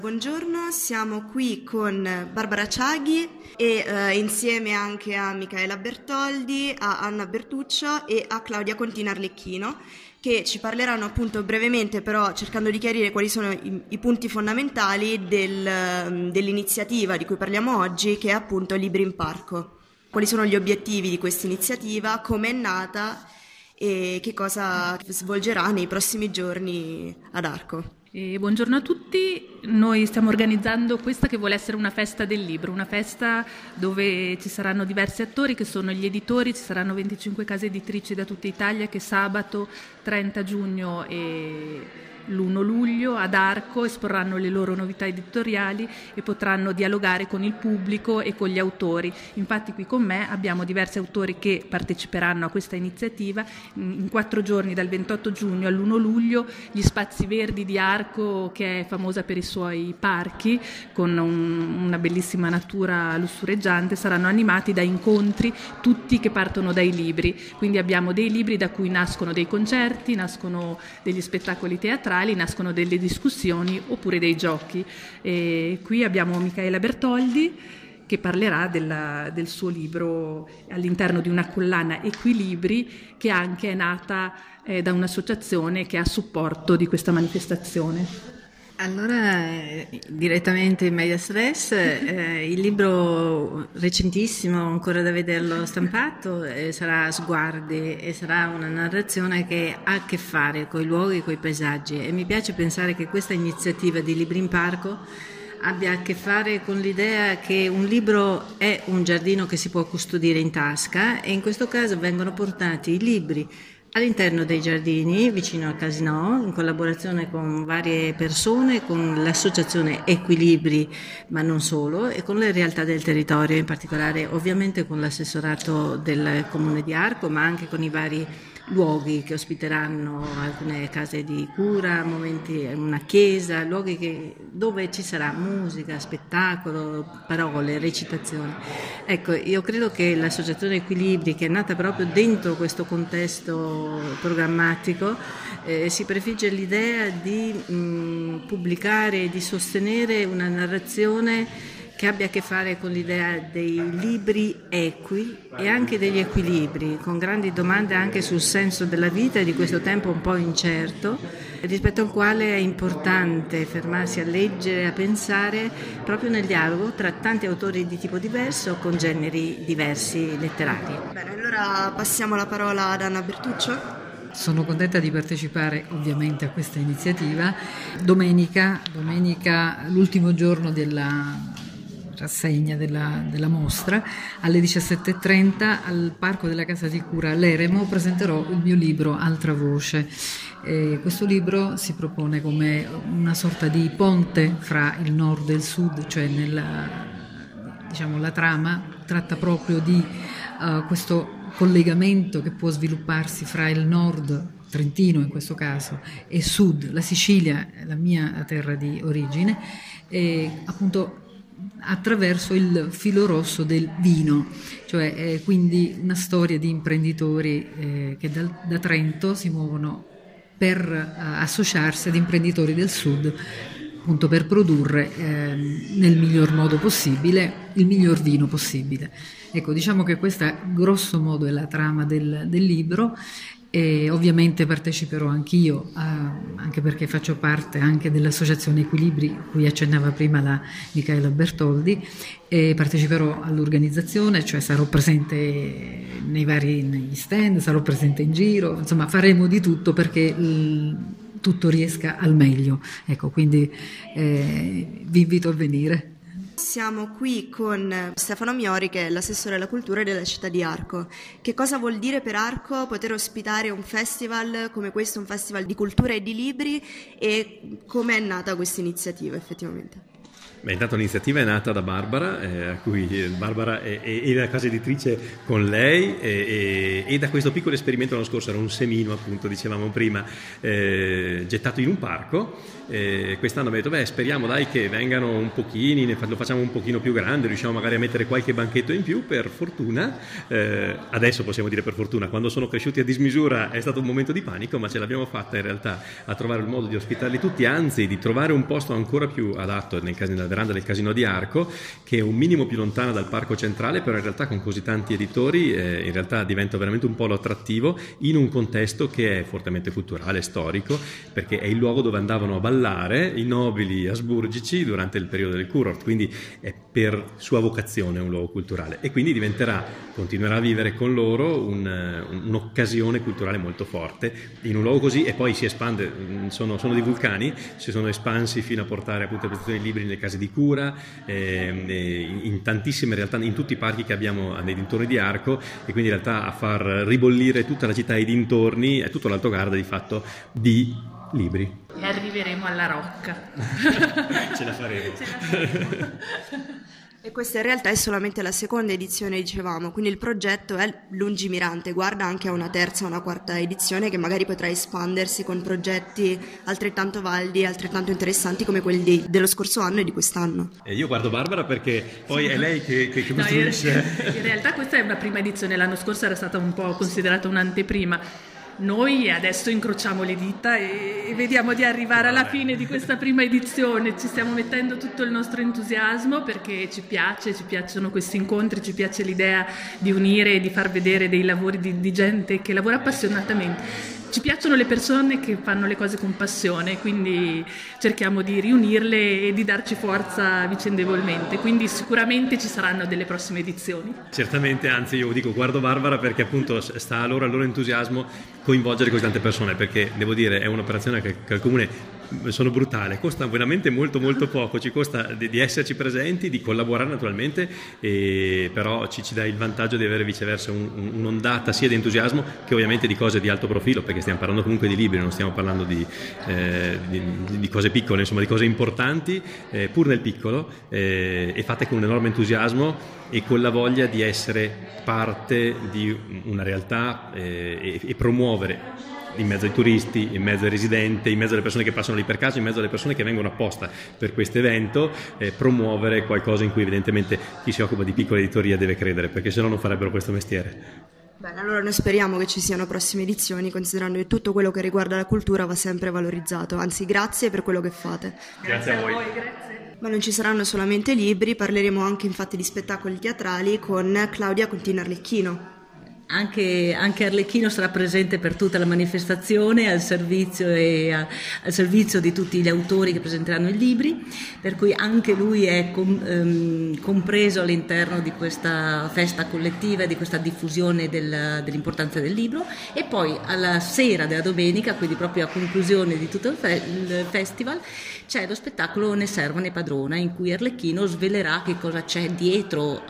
Buongiorno, siamo qui con Barbara Ciaghi e insieme anche a Micaela Bertoldi, a Anna Bertuccio e a Claudia Contina Arlecchino, che ci parleranno appunto brevemente, però cercando di chiarire quali sono i punti fondamentali dell'iniziativa di cui parliamo oggi, che è appunto Libri in Parco. Quali sono gli obiettivi di questa iniziativa, come è nata e che cosa svolgerà nei prossimi giorni ad Arco. Buongiorno a tutti, noi stiamo organizzando questa che vuole essere una festa del libro, una festa dove ci saranno diversi attori che sono gli editori, ci saranno 25 case editrici da tutta Italia che sabato 30 giugno e l'1 luglio ad Arco esporranno le loro novità editoriali e potranno dialogare con il pubblico e con gli autori. Infatti qui con me abbiamo diversi autori che parteciperanno a questa iniziativa. In 4 giorni, dal 28 giugno all'1 luglio, gli Spazi Verdi di Arco, che è famosa per i suoi parchi con una bellissima natura lussureggiante, saranno animati da incontri tutti che partono dai libri. Quindi abbiamo dei libri da cui nascono dei concerti, nascono degli spettacoli teatrali, nascono delle discussioni oppure dei giochi. Qui abbiamo Micaela Bertoldi che parlerà del suo libro all'interno di una collana Equilibri, che anche è nata da un'associazione che è a supporto di questa manifestazione. Allora, direttamente in medias res, il libro recentissimo, ancora da vederlo stampato, sarà Sguardi e sarà una narrazione che ha a che fare con i luoghi, con i paesaggi, e mi piace pensare che questa iniziativa di Libri in Parco abbia a che fare con l'idea che un libro è un giardino che si può custodire in tasca, e in questo caso vengono portati i libri all'interno dei giardini, vicino al Casino, in collaborazione con varie persone, con l'associazione Equilibri, ma non solo, e con le realtà del territorio, in particolare ovviamente con l'assessorato del Comune di Arco, ma anche con i vari luoghi che ospiteranno alcune case di cura, momenti, una chiesa, luoghi dove ci sarà musica, spettacolo, parole, recitazioni. Ecco, io credo che l'associazione Equilibri, che è nata proprio dentro questo contesto programmatico, si prefigge l'idea di pubblicare e di sostenere una narrazione che abbia a che fare con l'idea dei libri equi e anche degli equilibri, con grandi domande anche sul senso della vita e di questo tempo un po' incerto, rispetto al quale è importante fermarsi a leggere, a pensare proprio nel dialogo tra tanti autori di tipo diverso con generi diversi letterari. Bene, allora passiamo la parola ad Anna Bertuccio. Sono contenta di partecipare ovviamente a questa iniziativa. Domenica, l'ultimo giorno della rassegna della mostra, alle 17:30 al Parco della Casa di Cura L'Eremo presenterò il mio libro Altra Voce. Questo libro si propone come una sorta di ponte fra il nord e il sud, cioè la trama tratta proprio di questo collegamento che può svilupparsi fra il nord, Trentino in questo caso, e sud, la Sicilia, la mia terra di origine, e appunto attraverso il filo rosso del vino, cioè quindi una storia di imprenditori che da Trento si muovono per associarsi ad imprenditori del sud, appunto per produrre nel miglior modo possibile il miglior vino possibile. Ecco, diciamo che questa grosso modo è la trama del libro. E ovviamente parteciperò anch'io, anche perché faccio parte anche dell'associazione Equilibri, cui accennava prima la Micaela Bertoldi, e parteciperò all'organizzazione, cioè sarò presente negli stand, sarò presente in giro, insomma faremo di tutto perché tutto riesca al meglio. Ecco, quindi vi invito a venire. Siamo qui con Stefano Miori, che è l'assessore alla cultura della città di Arco. Che cosa vuol dire per Arco poter ospitare un festival come questo, un festival di cultura e di libri, e come è nata questa iniziativa effettivamente? Beh, intanto l'iniziativa è nata da Barbara, a cui Barbara è la casa editrice con lei e da questo piccolo esperimento l'anno scorso era un semino, appunto, dicevamo prima, gettato in un parco. Quest'anno abbiamo detto, speriamo dai che vengano un pochini, lo facciamo un pochino più grande, riusciamo magari a mettere qualche banchetto in più. Per fortuna, adesso possiamo dire per fortuna, quando sono cresciuti a dismisura è stato un momento di panico, ma ce l'abbiamo fatta in realtà a trovare il modo di ospitarli tutti, anzi di trovare un posto ancora più adatto nella veranda del Casinò di Arco, che è un minimo più lontana dal parco centrale, però in realtà con così tanti editori in realtà diventa veramente un polo attrattivo in un contesto che è fortemente culturale, storico, perché è il luogo dove andavano a ballare i nobili asburgici durante il periodo del Kurort, quindi è per sua vocazione un luogo culturale e quindi continuerà a vivere con loro un'occasione culturale molto forte in un luogo così, e poi si espande, sono dei vulcani, si sono espansi fino a portare appunto la presentazione di libri nelle case di cura, in tantissime realtà, in tutti i parchi che abbiamo nei dintorni di Arco, e quindi in realtà a far ribollire tutta la città e i dintorni è tutto l'altogarda di fatto di libri. E arriveremo alla Rocca. Ce la faremo. E questa in realtà è solamente la seconda edizione, dicevamo, quindi il progetto è lungimirante, guarda anche a una terza o una quarta edizione che magari potrà espandersi con progetti altrettanto validi, altrettanto interessanti come quelli dello scorso anno e di quest'anno. E io guardo Barbara perché poi è lei che costruisce. In realtà questa è una prima edizione, l'anno scorso era stata un po' considerata un'anteprima. Noi adesso incrociamo le dita e vediamo di arrivare alla fine di questa prima edizione. Ci stiamo mettendo tutto il nostro entusiasmo perché ci piacciono questi incontri, ci piace l'idea di unire e di far vedere dei lavori di gente che lavora appassionatamente. Ci piacciono le persone che fanno le cose con passione, quindi cerchiamo di riunirle e di darci forza vicendevolmente, quindi sicuramente ci saranno delle prossime edizioni. Certamente, anzi io dico guardo Barbara perché appunto sta a loro, al loro entusiasmo coinvolgere così tante persone, perché devo dire è un'operazione che al Comune, sono brutale, costa veramente molto molto poco, ci costa di esserci presenti, di collaborare naturalmente, però ci dà il vantaggio di avere viceversa un'ondata sia di entusiasmo che ovviamente di cose di alto profilo, perché stiamo parlando comunque di libri, non stiamo parlando di cose piccole, insomma di cose importanti, pur nel piccolo, e fatte con un enorme entusiasmo e con la voglia di essere parte di una realtà e promuovere in mezzo ai turisti, in mezzo ai residenti, in mezzo alle persone che passano lì per caso, in mezzo alle persone che vengono apposta per questo evento, promuovere qualcosa in cui evidentemente chi si occupa di piccola editoria deve credere, perché se no non farebbero questo mestiere. Bene, allora noi speriamo che ci siano prossime edizioni, considerando che tutto quello che riguarda la cultura va sempre valorizzato, anzi grazie per quello che fate. Grazie a voi. Grazie. Ma non ci saranno solamente libri, parleremo anche infatti di spettacoli teatrali con Claudia Contina Arlecchino. Anche Arlecchino sarà presente per tutta la manifestazione al servizio di tutti gli autori che presenteranno i libri, per cui anche lui è compreso all'interno di questa festa collettiva e di questa diffusione dell'importanza del libro. E poi alla sera della domenica, quindi proprio a conclusione di tutto il festival, c'è lo spettacolo Ne serva ne padrona, in cui Arlecchino svelerà che cosa c'è dietro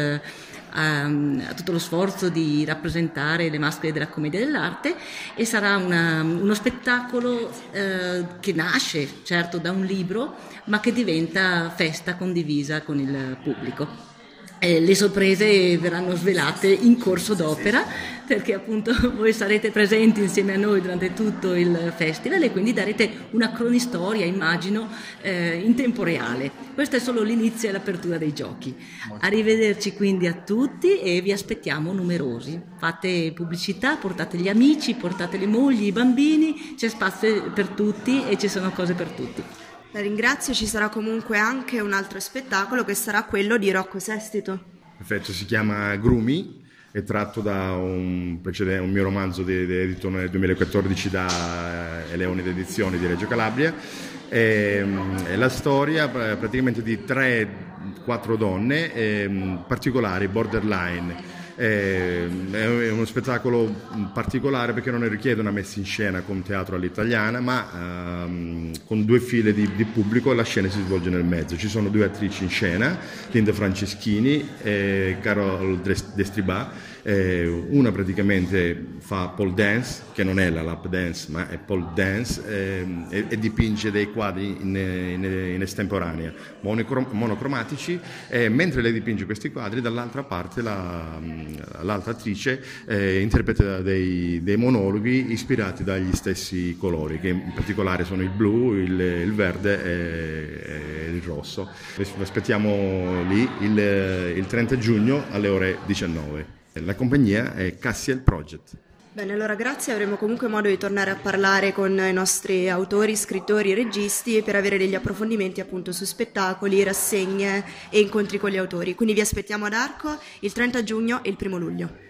a tutto lo sforzo di rappresentare le maschere della commedia dell'arte, e sarà uno spettacolo che nasce certo da un libro ma che diventa festa condivisa con il pubblico. Le sorprese verranno svelate in corso d'opera, perché appunto voi sarete presenti insieme a noi durante tutto il festival e quindi darete una cronistoria, immagino, in tempo reale. Questo è solo l'inizio e l'apertura dei giochi. Arrivederci quindi a tutti e vi aspettiamo numerosi. Fate pubblicità, portate gli amici, portate le mogli, i bambini, c'è spazio per tutti e ci sono cose per tutti. La ringrazio, ci sarà comunque anche un altro spettacolo che sarà quello di Rocco Sestito. Perfetto, si chiama Grumi, è tratto da un mio romanzo edito nel 2014 da Eleonide Edizioni di Reggio Calabria. È la storia praticamente di 3-4 donne particolari, borderline. È uno spettacolo particolare perché non richiede una messa in scena con teatro all'italiana, ma con 2 file di pubblico, e la scena si svolge nel mezzo. Ci sono 2 attrici in scena, Linda Franceschini e Carol Destribà, Una praticamente fa pole dance, che non è la lap dance ma è pole dance, e dipinge dei quadri in estemporanea, monocromatici, mentre lei dipinge questi quadri, dall'altra parte l'altra attrice interpreta dei monologhi ispirati dagli stessi colori, che in particolare sono il blu, il verde e il rosso. Vi aspettiamo lì il 30 giugno alle ore 19. La compagnia è Cassiel Project. Bene, allora grazie, avremo comunque modo di tornare a parlare con i nostri autori, scrittori, registi per avere degli approfondimenti appunto su spettacoli, rassegne e incontri con gli autori. Quindi vi aspettiamo ad Arco il 30 giugno e il 1 luglio.